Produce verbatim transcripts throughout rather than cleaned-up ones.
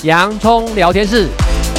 洋葱聊天室。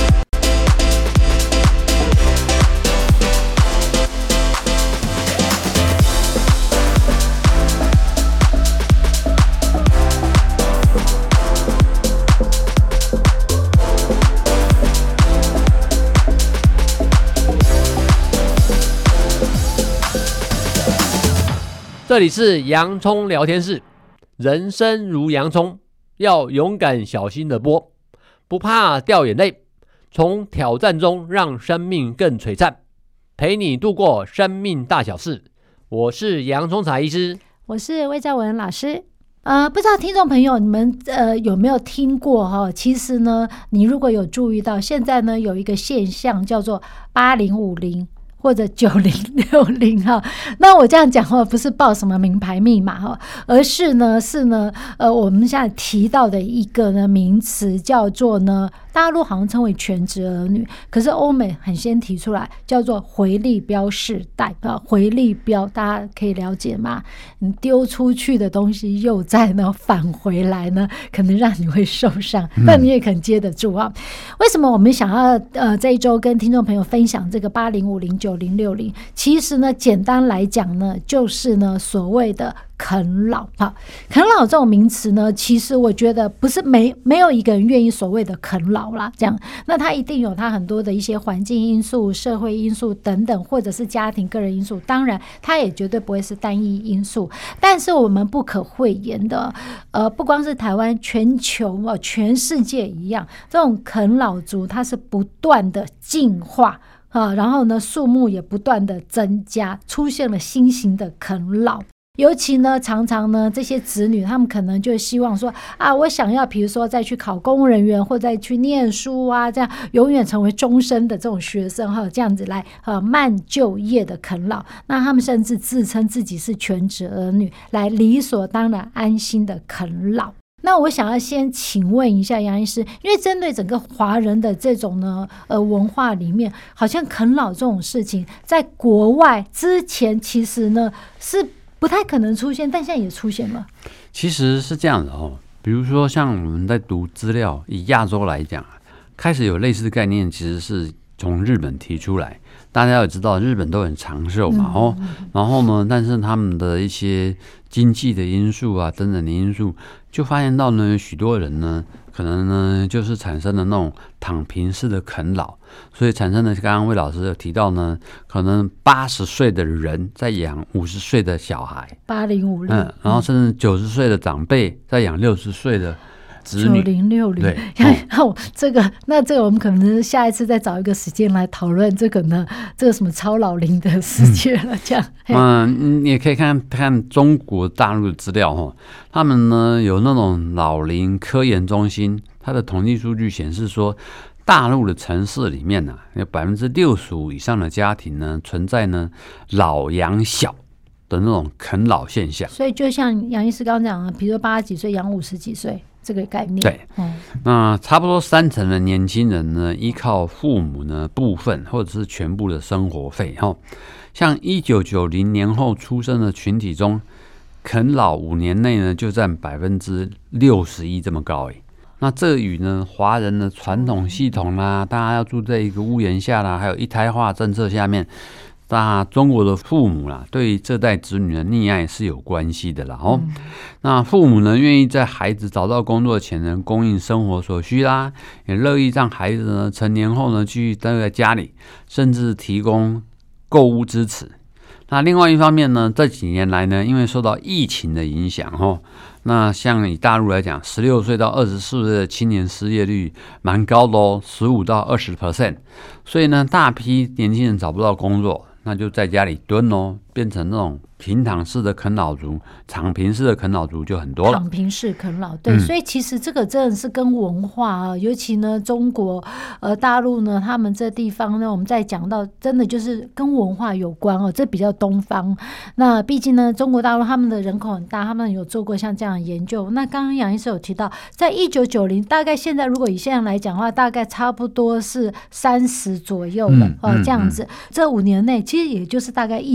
这里是洋葱聊天室，人生如洋葱，要勇敢小心的剥，不怕掉眼泪，从挑战中让生命更璀璨，陪你度过生命大小事。我是洋葱茶医师， 我是魏兆文老师。呃，不知道听众朋友你们呃有没有听过哈？其实呢，你如果有注意到，现在呢有一个现象叫做八零五零。或者九零六零哈，那我这样讲话不是报什么名牌密码哈，而是呢是呢呃我们现在提到的一个呢名词叫做呢，大陆好像称为全职儿女，可是欧美很先提出来叫做回力镖世代啊，回力镖大家可以了解吗？你丢出去的东西又再呢返回来呢，可能让你会受伤，但你也肯接得住啊。为什么我们想要呃这一周跟听众朋友分享这个八零五零九零六零？其实呢，简单来讲呢，就是呢所谓的啃老哈。啃老这种名词呢，其实我觉得不是没没有一个人愿意所谓的啃老啦，这样，那他一定有他很多的一些环境因素、社会因素等等，或者是家庭个人因素，当然他也绝对不会是单一因素。但是我们不可讳言的，呃，不光是台湾，全球啊，全世界一样，这种啃老族它是不断的进化。啊，然后呢，数目也不断的增加，出现了新型的啃老。尤其呢，常常呢，这些子女他们可能就希望说啊，我想要，比如说再去考公务人员，或再去念书啊，这样永远成为终身的这种学生哈，这样子来呃慢就业的啃老。那他们甚至自称自己是全职儿女，来理所当然安心的啃老。那我想要先请问一下杨医师，因为针对整个华人的这种呢呃文化里面，好像啃老这种事情在国外之前其实呢是不太可能出现，但现在也出现了。 其实是这样的哦，比如说像我们在读资料，以亚洲来讲，开始有类似的概念，其实是从日本提出来。大家也知道，日本都很长寿嘛，哦，然后呢，但是他们的一些经济的因素啊，等等的因素，就发现到呢，许多人呢，可能呢，就是产生了那种躺平式的啃老，所以产生了刚刚魏老师有提到呢，可能八十岁的人在养五十岁的小孩， 八零五零， 嗯，然后甚至九十岁的长辈在养六十岁的。 九零六零，对，哦，这个那这个我们可能下一次再找一个时间来讨论这个呢，这个什么超老龄的世界了，这样。 嗯，你也可以看看中国大陆的资料哈，他们呢有那种老龄科研中心，它的统计数据显示说，大陆的城市里面呢、啊，有百分之六十五以上的家庭呢存在呢老养小的那种啃老现象。所以就像杨医师刚刚讲的，比如说八十几岁养五十几岁。这个概念对、嗯，那差不多三成的年轻人呢，依靠父母呢部分或者是全部的生活费哈。像一九九零年后出生的群体中，啃老五年内呢就占百分之六十一这么高诶。那这与呢华人的传统系统啦，大家要住在一个屋檐下啦，还有一胎化政策下面。那中国的父母啦，对于这代子女的溺爱是有关系的啦。哦，嗯、那父母呢，愿意在孩子找到工作前呢，供应生活所需啦，也乐意让孩子呢成年后呢继续待在家里，甚至提供购物支持。那另外一方面呢，这几年来呢，因为受到疫情的影响，哦，那像以大陆来讲，十六岁到二十四岁的青年失业率蛮高的哦，十五到二十 percent， 所以呢，大批年轻人找不到工作。那就在家里蹲哦，变成那种平躺式的啃老族，躺平式的啃老族就很多了。 躺平式啃老，对、嗯，所以其实这个真的是跟文化啊，尤其呢中国呃大陆呢，他们这地方呢，我们在讲到真的就是跟文化有关哦，这比较东方。那毕竟呢，中国大陆他们的人口很大，他们有做过像这样的研究。那刚刚杨医师有提到，在一九九零，大概现在如果以现在来讲的话，大概差不多是三十左右了、嗯、哦，这样子。嗯嗯、这五年内，其实也就是大概疫情这段。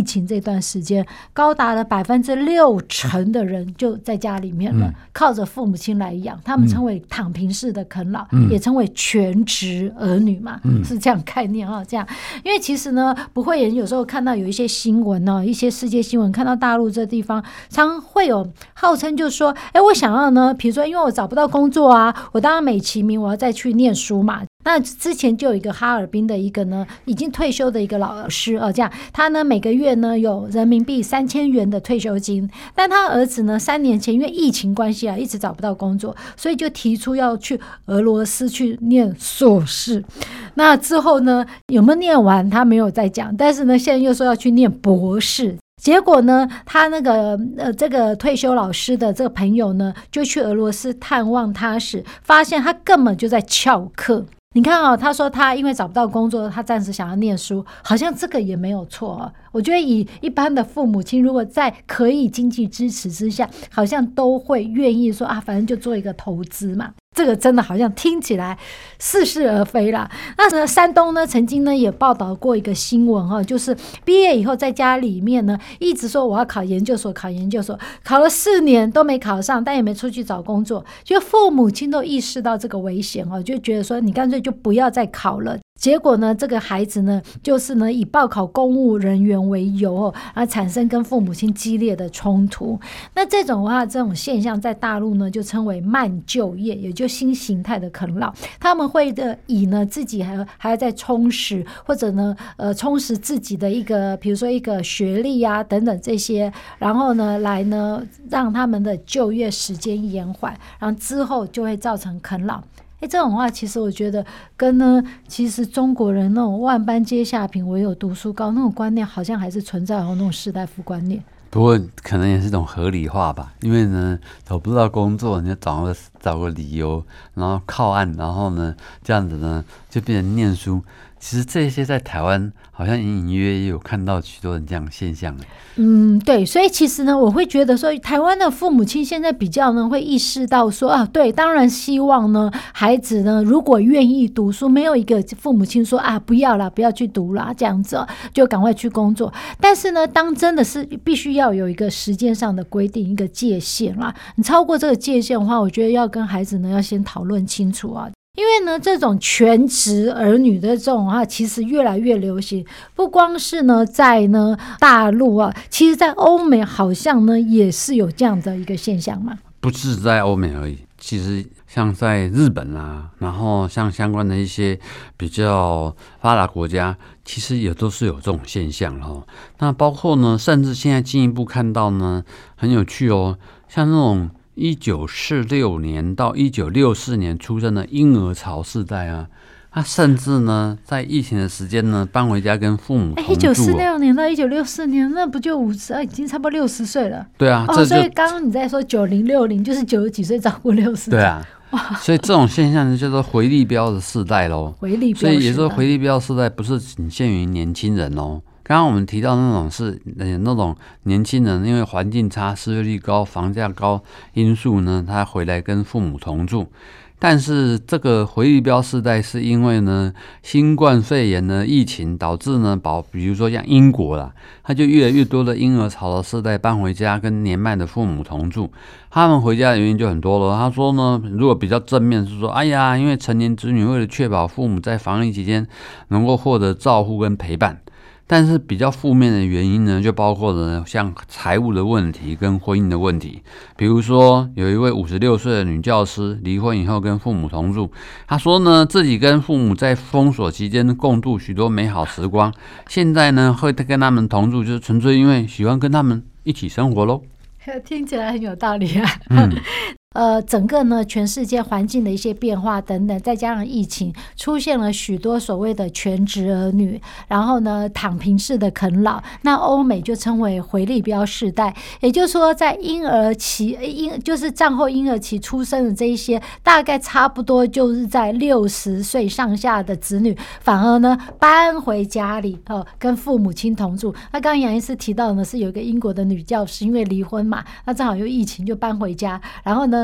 段时间，高达了百分之六成的人就在家里面了，嗯、靠着父母亲来养，他们称为躺平式的啃老，嗯、也称为全职儿女嘛，嗯、是这样概念啊。这样，因为其实呢，不会有时候看到有一些新闻呢、哦，一些世界新闻，看到大陆这地方，常会有号称就说，哎，我想要呢，比如说因为我找不到工作啊，我当然美其名我要再去念书嘛。那之前就有一个哈尔滨的一个呢，已经退休的一个老师啊，这样他呢每个月呢有人民币三千元的退休金，但他儿子呢三年前因为疫情关系啊，一直找不到工作，所以就提出要去俄罗斯去念硕士。那之后呢有没有念完他没有再讲，但是呢现在又说要去念博士。结果呢，他那个呃，这个退休老师的这个朋友呢，就去俄罗斯探望他时，发现他根本就在翘课。你看啊、哦，他说他因为找不到工作，他暂时想要念书，好像这个也没有错啊。我觉得以一般的父母亲，如果在可以经济支持之下，好像都会愿意说啊，反正就做一个投资嘛。这个真的好像听起来似是而非啦。那呢，山东呢曾经呢也报道过一个新闻哈、哦，就是毕业以后在家里面呢一直说我要考研究所，考研究所，考了四年都没考上，但也没出去找工作，就父母亲都意识到这个危险哦，就觉得说你干脆就不要再考了。结果呢，这个孩子呢，就是呢以报考公务人员为由哦，而产生跟父母亲激烈的冲突。那这种的话，这种现象在大陆呢就称为慢就业，也就新形态的啃老。他们会的以呢自己还还要再充实，或者呢呃充实自己的一个，比如说一个学历啊等等这些，然后呢来呢让他们的就业时间延缓，然后之后就会造成啃老。哎，这种话其实我觉得跟呢，其实中国人那种万般皆下品，唯有读书高那种观念，好像还是存在哦，那种士大夫观念。 不过可能也是一种合理化吧，因为呢找不到工作，你就找个找个理由，然后靠岸，然后呢这样子呢就变成念书。其实这些在台湾好像隐隐约约也有看到许多人这样的现象。 嗯，对，所以其实呢，我会觉得说，台湾的父母亲现在比较呢，会意识到说啊，对，当然希望呢，孩子呢，如果愿意读书，没有一个父母亲说啊，不要啦，不要去读啦，这样子就赶快去工作。但是呢，当真的是必须要有一个时间上的规定，一个界限啦，你超过这个界限的话，我觉得要跟孩子呢，要先讨论清楚啊。因为呢，这种全职儿女的这种啊，其实越来越流行。不光是呢，在呢大陆啊，其实在欧美好像呢也是有这样的一个现象嘛。 不是在欧美而已，其实像在日本啊，然后像相关的一些比较发达国家，其实也都是有这种现象哦。那包括呢，甚至现在进一步看到呢，很有趣哦，像那种一九四六年到一九六四年出生的婴儿潮世代啊，他甚至呢在疫情的时间呢搬回家跟父母同住、哦。 一九四六年到一九六四年，那不就五十，已经差不多六十岁了。 对啊， 哦， 这所以刚刚你在说九零六零，就是九十几岁照顾六十。 对啊，所以这种现象呢叫做回力镖的世代咯。 回力镖， 所以也就是回力镖世代不是仅限于年轻人哦。刚刚我们提到那种是呃那种年轻人因为环境差、失业率高、房价高因素呢，他回来跟父母同住。但是这个回力镖世代是因为呢新冠肺炎的疫情导致呢，保比如说像英国啦，他就越来越多的婴儿潮的世代搬回家跟年迈的父母同住。他们回家的原因就很多了。他说呢，如果比较正面是说，哎呀，因为成年子女为了确保父母在防疫期间能够获得照护跟陪伴。但是比较负面的原因呢，就包括了像财务的问题跟婚姻的问题。比如说，有一位五十六岁的女教师离婚以后跟父母同住，她说呢，自己跟父母在封锁期间共度许多美好时光，现在呢会跟他们同住，就是纯粹因为喜欢跟他们一起生活咯。 听起来很有道理啊。 嗯呃，整个呢，全世界环境的一些变化等等，再加上疫情，出现了许多所谓的全职儿女，然后呢，躺平式的啃老。那欧美就称为回力镖世代，也就是说，在婴儿期、婴就是战后婴儿期出生的这一些，大概差不多就是在六十岁上下的子女，反而呢搬回家里哦，跟父母亲同住。那刚刚杨医师提到呢，是有一个英国的女教师，因为离婚嘛，那正好又疫情就搬回家，然后呢。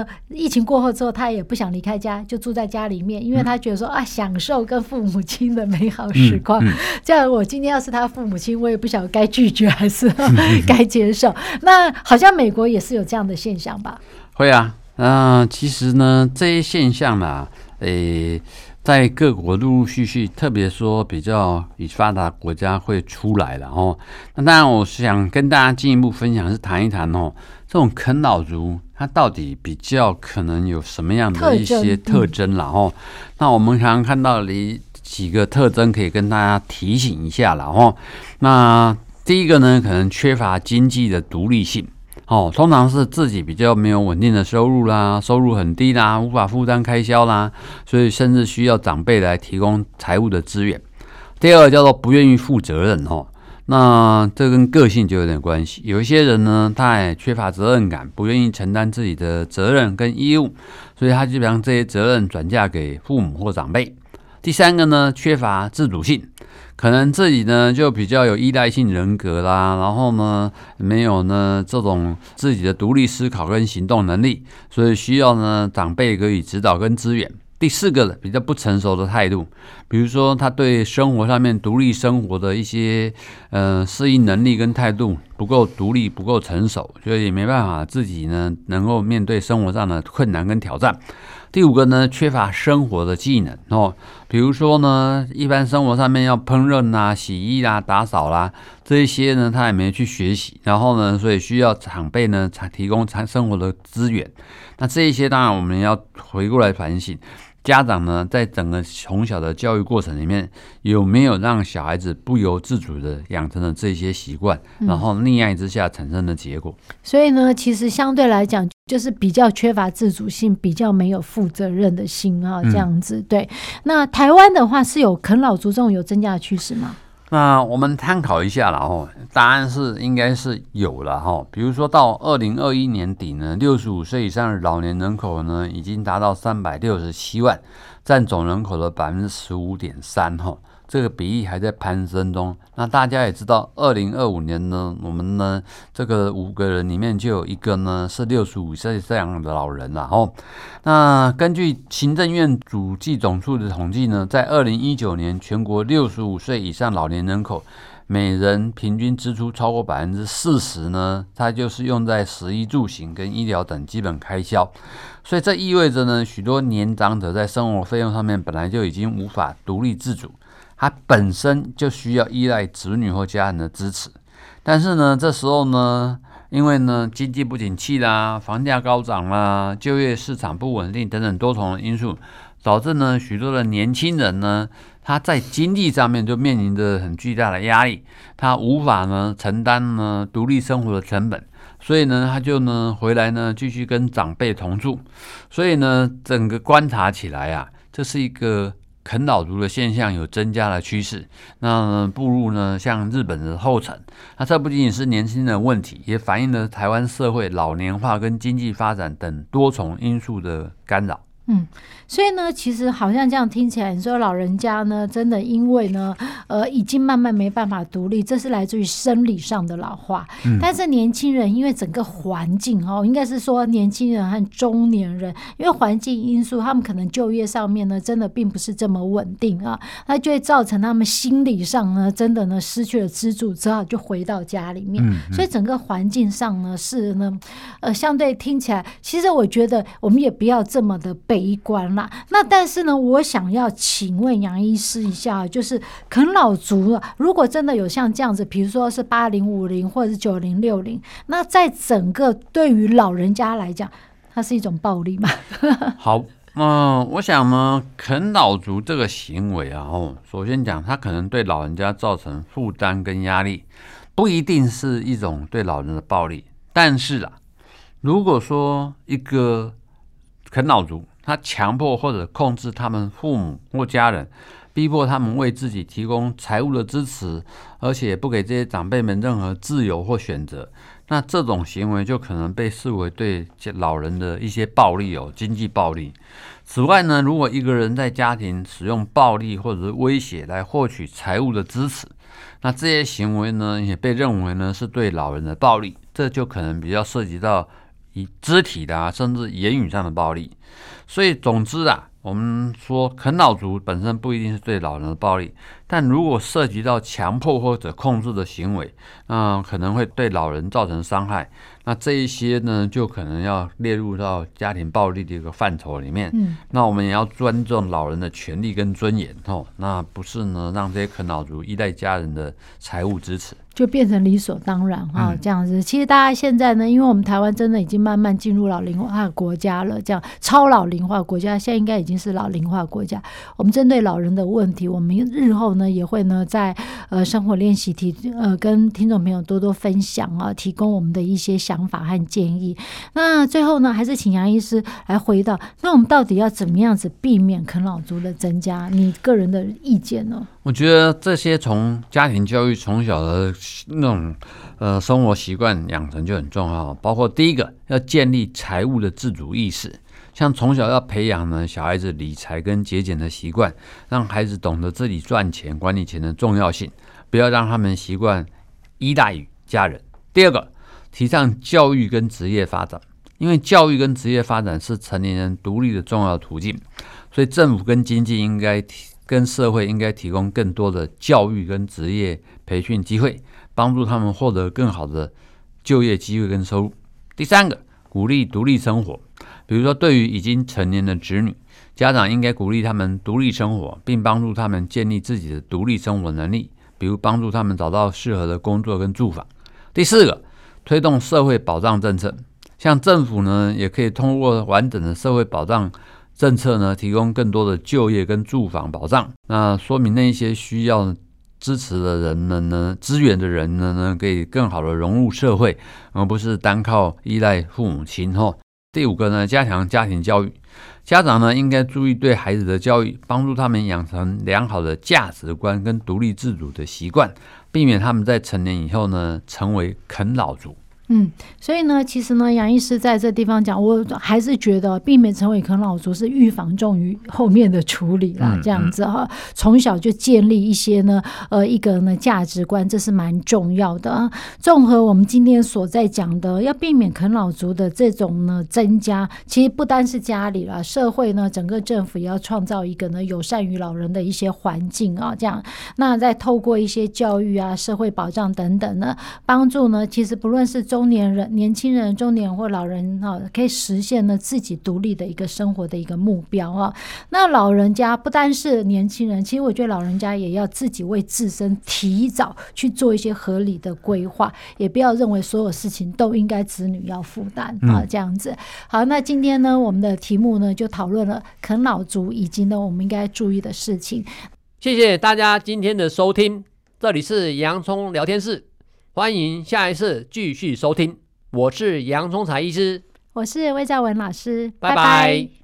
呢，疫情过后之后，他也不想离开家，就住在家里面，因为他觉得说、嗯、啊，享受跟父母亲的美好时光。嗯嗯、这样，我今天要是他父母亲，我也不晓得该拒绝还是该接受。嗯、那好像美国也是有这样的现象吧？ 会啊，嗯、呃，其实呢，这些现象呢，诶。在各国陆陆续续，特别说比较已发达国家会出来了哦。那当然，我想跟大家进一步分享是谈一谈哦，这种啃老族它到底比较可能有什么样的一些特征啦哦。那我们常常看到的几个特征，可以跟大家提醒一下啦哦。那第一个呢，可能缺乏经济的独立性。哦，通常是自己比较没有稳定的收入啦，收入很低啦，无法负担开销啦，所以甚至需要长辈来提供财务的资源。第二个叫做不愿意负责任哦，那这跟个性就有点关系。有一些人呢，他也缺乏责任感，不愿意承担自己的责任跟义务，所以他基本上这些责任转嫁给父母或长辈。第三个呢，缺乏自主性。可能自己呢就比较有依赖性人格啦，然后呢没有呢这种自己的独立思考跟行动能力，所以需要呢长辈可以指导跟支援。第四个比较不成熟的态度，比如说他对生活上面独立生活的一些呃适应能力跟态度不够独立，不够成熟，所以也没办法自己呢能够面对生活上的困难跟挑战。第五个呢，缺乏生活的技能哦，比如说呢，一般生活上面要烹饪啦、洗衣啦、打扫啦，这一些呢，他也没去学习，然后呢，所以需要长辈呢才提供生活的资源。那这一些当然我们要回过来反省，家长呢在整个从小的教育过程里面，有没有让小孩子不由自主的养成了这些习惯，嗯、然后溺爱之下产生的结果。 所以呢，其实相对来讲，就是比较缺乏自主性，比较没有负责任的心啊，这样子。嗯、对。那台湾的话是有啃老族这种有增加的趋势吗？ 那我们参考一下啦吼，答案是应该是有了哈。比如说到二零二一年底呢，六十五岁以上的老年人口呢，已经达到三百六十七万，占总人口的百分之十五点三哈。这个比例还在攀升中。那大家也知道，二零二五年呢，我们呢这个五个人里面就有一个呢是六十五岁这样的老人了哦。那根据行政院主计总处的统计呢，在二零一九年全国六十五岁以上老年人口，每人平均支出超过百分之四十呢，它就是用在食衣住行跟医疗等基本开销。所以这意味着呢，许多年长者在生活费用上面本来就已经无法独立自主。他本身就需要依赖子女或家人的支持，但是呢，这时候呢，因为呢经济不景气啦、房价高涨啦、就业市场不稳定等等多重的因素，导致呢许多的年轻人呢，他在经济上面就面临着很巨大的压力，他无法呢承担呢独立生活的成本，所以呢他就呢回来呢继续跟长辈同住，所以呢整个观察起来啊，这是一个啃老族的现象有增加的趋势，那步入呢像日本的后尘。那这不仅仅是年轻人的问题，也反映了台湾社会老年化跟经济发展等多重因素的干扰。 嗯，所以呢，其实好像这样听起来，你说老人家呢，真的因为呢，呃，已经慢慢没办法独立，这是来自于生理上的老化。嗯、但是年轻人因为整个环境哦，应该是说年轻人和中年人，因为环境因素，他们可能就业上面呢，真的并不是这么稳定啊，那就会造成他们心理上呢，真的呢失去了支柱，只好就回到家里面。嗯嗯、所以整个环境上呢，是呢，呃，相对听起来，其实我觉得我们也不要这么的悲观啦。那但是呢，我想要请问杨医师一下，就是啃老族如果真的有像这样子，比如说是八零五零或者是九零六零，那在整个对于老人家来讲，它是一种暴力吗？ 好，嗯、呃，我想呢，啃老族这个行为啊，哦，首先讲，它可能对老人家造成负担跟压力，不一定是一种对老人的暴力。但是啦，如果说一个啃老族，他强迫或者控制他们父母或家人，逼迫他们为自己提供财务的支持，而且不给这些长辈们任何自由或选择，那这种行为就可能被视为对老人的一些暴力哦，经济暴力。此外呢，如果一个人在家庭使用暴力或者是威胁来获取财务的支持，那这些行为呢也被认为呢是对老人的暴力，这就可能比较涉及到以肢体的啊，甚至言语上的暴力。所以总之啊，我们说啃老族本身不一定是对老人的暴力，但如果涉及到强迫或者控制的行为，那、呃、可能会对老人造成伤害。那这一些呢，就可能要列入到家庭暴力的一个范畴里面。嗯，那我们也要尊重老人的权利跟尊严哦，那不是呢让这些啃老族依赖家人的财务支持， 就变成理所当然哈、嗯，这样子。其实大家现在呢，因为我们台湾真的已经慢慢进入老龄化国家了，这样超老龄化国家，现在应该已经是老龄化国家。我们针对老人的问题，我们日后呢也会呢在呃生活练习题呃跟听众朋友多多分享啊，提供我们的一些想法和建议。那最后呢，还是请杨医师来回到，那我们到底要怎么样子避免啃老族的增加？你个人的意见呢？ 我觉得这些从家庭教育从小的那种呃生活习惯养成就很重要，包括第一个要建立财务的自主意识，像从小要培养呢小孩子理财跟节俭的习惯，让孩子懂得自己赚钱、管理钱的重要性，不要让他们习惯依赖于家人。第二个，提倡教育跟职业发展，因为教育跟职业发展是成年人独立的重要途径，所以政府跟经济应该提跟社会应该提供更多的教育跟职业培训机会，帮助他们获得更好的就业机会跟收入。第三个，鼓励独立生活，比如说对于已经成年的子女，家长应该鼓励他们独立生活，并帮助他们建立自己的独立生活能力，比如帮助他们找到适合的工作跟住房。第四个，推动社会保障政策，像政府呢也可以通过完整的社会保障政策呢，提供更多的就业跟住房保障，那说明那些需要支持的人们呢，资源的人呢，可以更好的融入社会，而不是单靠依赖父母亲。第五个呢，加强家庭教育，家长呢应该注意对孩子的教育，帮助他们养成良好的价值观跟独立自主的习惯，避免他们在成年以后呢成为啃老族。 嗯，所以呢，其实呢，杨医师在这地方讲，我还是觉得避免成为啃老族是预防重于后面的处理啦，这样子哈，从小就建立一些呢，呃，一个呢价值观，这是蛮重要的啊。综合我们今天所在讲的，要避免啃老族的这种呢增加，其实不单是家里啦，社会呢，整个政府也要创造一个呢友善于老人的一些环境啊，这样，那再透过一些教育啊、社会保障等等呢，帮助呢，其实不论是中年人、年轻人、中年或老人啊，可以实现呢自己独立的一个生活的一个目标啊。那老人家不单是年轻人，其实我觉得老人家也要自己为自身提早去做一些合理的规划，也不要认为所有事情都应该子女要负担啊，这样子。好，那今天呢，我们的题目呢就讨论了啃老族以及呢我们应该注意的事情。 谢谢大家今天的收听，这里是洋葱聊天室。欢迎下一次继续收听，我是杨聪财医师， 我是魏兆文老师， 拜拜。 拜拜。